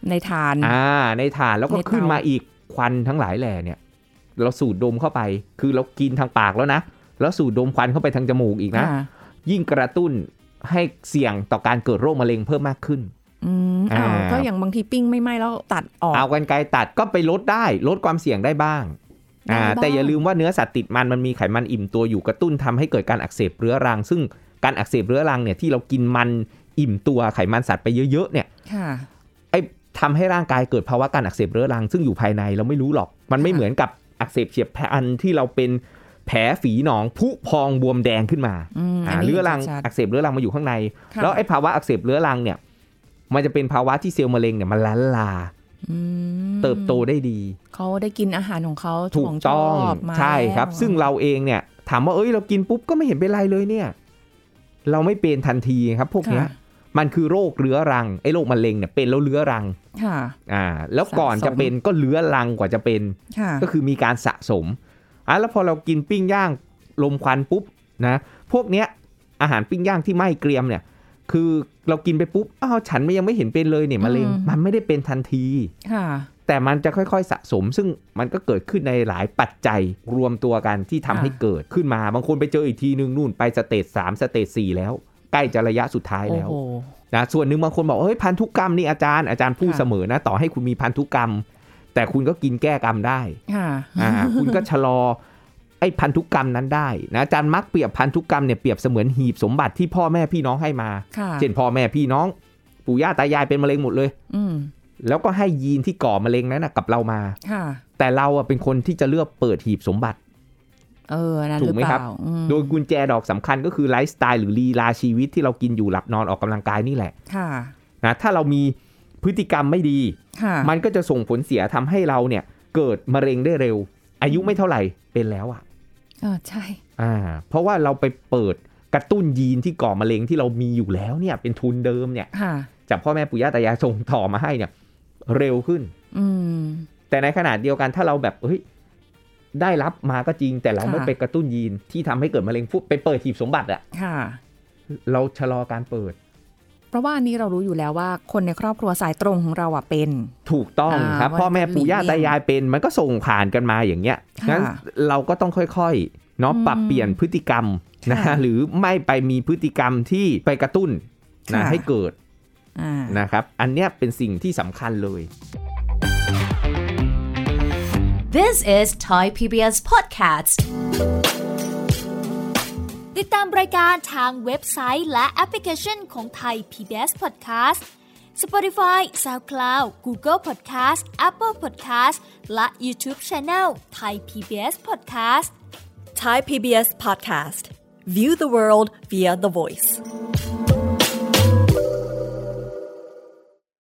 ในถ่านอ่าในถ่านแล้วก็ขึ้นมาอีกควันทั้งหลายแหล่เนี่ยเราสูดดมเข้าไปคือเรากินทางปากแล้วนะแล้วสูดดมควันเข้าไปทางจมูกอีกนะยิ่งกระตุ้นให้เสี่ยงต่อการเกิดโรคมะเร็งเพิ่มมากขึ้นอืมอ้าวก็อย่างบางทีปิ้งไม่ไหม้แล้วตัดออกเอากรรไกรตัดก็ไปลดได้ลดความเสี่ยงได้บ้างอ่าแต่อย่าลืมว่าเนื้อสัตว์ติดมันมันมีไขมันอิ่มตัวอยู่กระตุ้นทำให้เกิดการอักเสบเรื้อรังซึ่งการอักเสบเรื้อรังเนี่ยที่เรากินมันอิ่มตัวไขมันสัตว์ไปเยอะๆเนี่ยไอ้ทำให้ร่างกายเกิดภาวะการอักเสบเรื้อรังซึ่งอยู่ภายในเราไม่รู้หรอกมันไม่เหมือนกับอักเสบเฉียบพลันที่เราเป็นแผลฝีหนองพุพองบวมแดงขึ้นมาเรื้อรังอักเสบเรื้อรังมาอยู่ข้างในแล้วไอ้ภาวะอักเสบเรื้อรังเนี่ยมันจะเป็นภาวะที่เซลล์มะเร็งเนี่ยมันล้านลาเติบโตได้ดีเขาได้กินอาหารของเขาถูกต้องใช่ครับซึ่งเราเองเนี่ยถามว่าเอ้ยเรากินปุ๊บก็ไม่เห็นเป็นไรเลยเนี่ยเราไม่เป็นทันทีครับพวกเนี้ยมันคือโรคเรื้อรังไอ้โรคมะเร็งเนี่ยเป็นแล้วเรื้อรังค่ะอ่าแล้วก่อนจะเป็นก็เรื้อรังกว่าจะเป็นก็คือมีการสะสมอ่ะแล้วพอเรากินปิ้งย่างลมควันปุ๊บนะพวกเนี้ยอาหารปิ้งย่างที่ไหม้เกรียมเนี่ยคือเรากินไปปุ๊บอ้าวฉันไม่ยังไม่เห็นเป็นเลยเนี่ยมะเร็งมันไม่ได้เป็นทันทีค่ะแต่มันจะค่อยๆสะสมซึ่งมันก็เกิดขึ้นในหลายปัจจัยรวมตัวกันที่ทำให้เกิดขึ้นมาบางคนไปเจออีกทีนึงนู่นไปสเตจสามสเตจสี่แล้วใกล้จะระยะสุดท้ายแล้วนะส่วนหนึ่งบางคนบอกเฮ้ยพันธุกรรมนี่อาจารย์อาจารย์พูดเสมอนะต่อให้คุณมีพันธุกรรมแต่คุณก็กินแก้กรรมได้อ่าคุณก็ชะลอไอ้พันธุกรรมนั้นได้นะอาจารย์มักเปรียบพันธุกรรมเนี่ยเปรียบเสมือนหีบสมบัติที่พ่อแม่พี่น้องให้มาเช่นพ่อแม่พี่น้องปู่ย่าตายายเป็นมะเร็งหมดเลยแล้วก็ให้ยีนที่ก่อมะเร็งนั้นนะกับเรามาแต่เราอ่ะเป็นคนที่จะเลือกเปิดหีบสมบัติเออนั่นถูกไหมครับโดยกุญแจดอกสำคัญก็คือไลฟ์สไตล์หรือลีลาชีวิตที่เรากินอยู่หลับนอนออกกำลังกายนี่แหละนะถ้าเรามีพฤติกรรมไม่ดีมันก็จะส่งผลเสียทำให้เราเนี่ยเกิดมะเร็งได้เร็วอายุไม่เท่าไหร่เป็นแล้วอ่ะเออใช่อ่าเพราะว่าเราไปเปิดกระตุ้นยีนที่ก่อมะเร็งที่เรามีอยู่แล้วเนี่ยเป็นทุนเดิมเนี่ยจากพ่อแม่ปู่ย่าตายายส่งต่อมาให้เนี่ยเร็วขึ้นแต่ในขณะเดียวกันถ้าเราแบบเฮ้ยได้รับมาก็จริงแต่เราไม่ไปกระตุ้นยีนที่ทำให้เกิดมะเร็งฟุบไปเปิดหีบสมบัติอ่ะเราชะลอการเปิดเพราะว่าอันนี้เรารู้อยู่แล้วว่าคนในครอบครัวสายตรงของเราอ่ะเป็นถูกต้องครับพ่อแม่ปู่ย่าตายายเป็นมันก็ส่งผ่านกันมาอย่างเงี้ยงั้นเราก็ต้องค่อยๆเนาะปรับเปลี่ยนพฤติกรรมนะหรือไม่ไปมีพฤติกรรมที่ไปกระตุ้นนะให้เกิดนะครับอันเนี้ยเป็นสิ่งที่สำคัญเลย This is Thai พี บี เอส Podcast ติดตามรายการทางเว็บไซต์และแอปพลิเคชันของ Thai พี บี เอส Podcast Spotify, SoundCloud, Google Podcast, Apple Podcast และ YouTube Channel Thai พี บี เอส Podcast Thai พี บี เอส Podcast View the world via the voice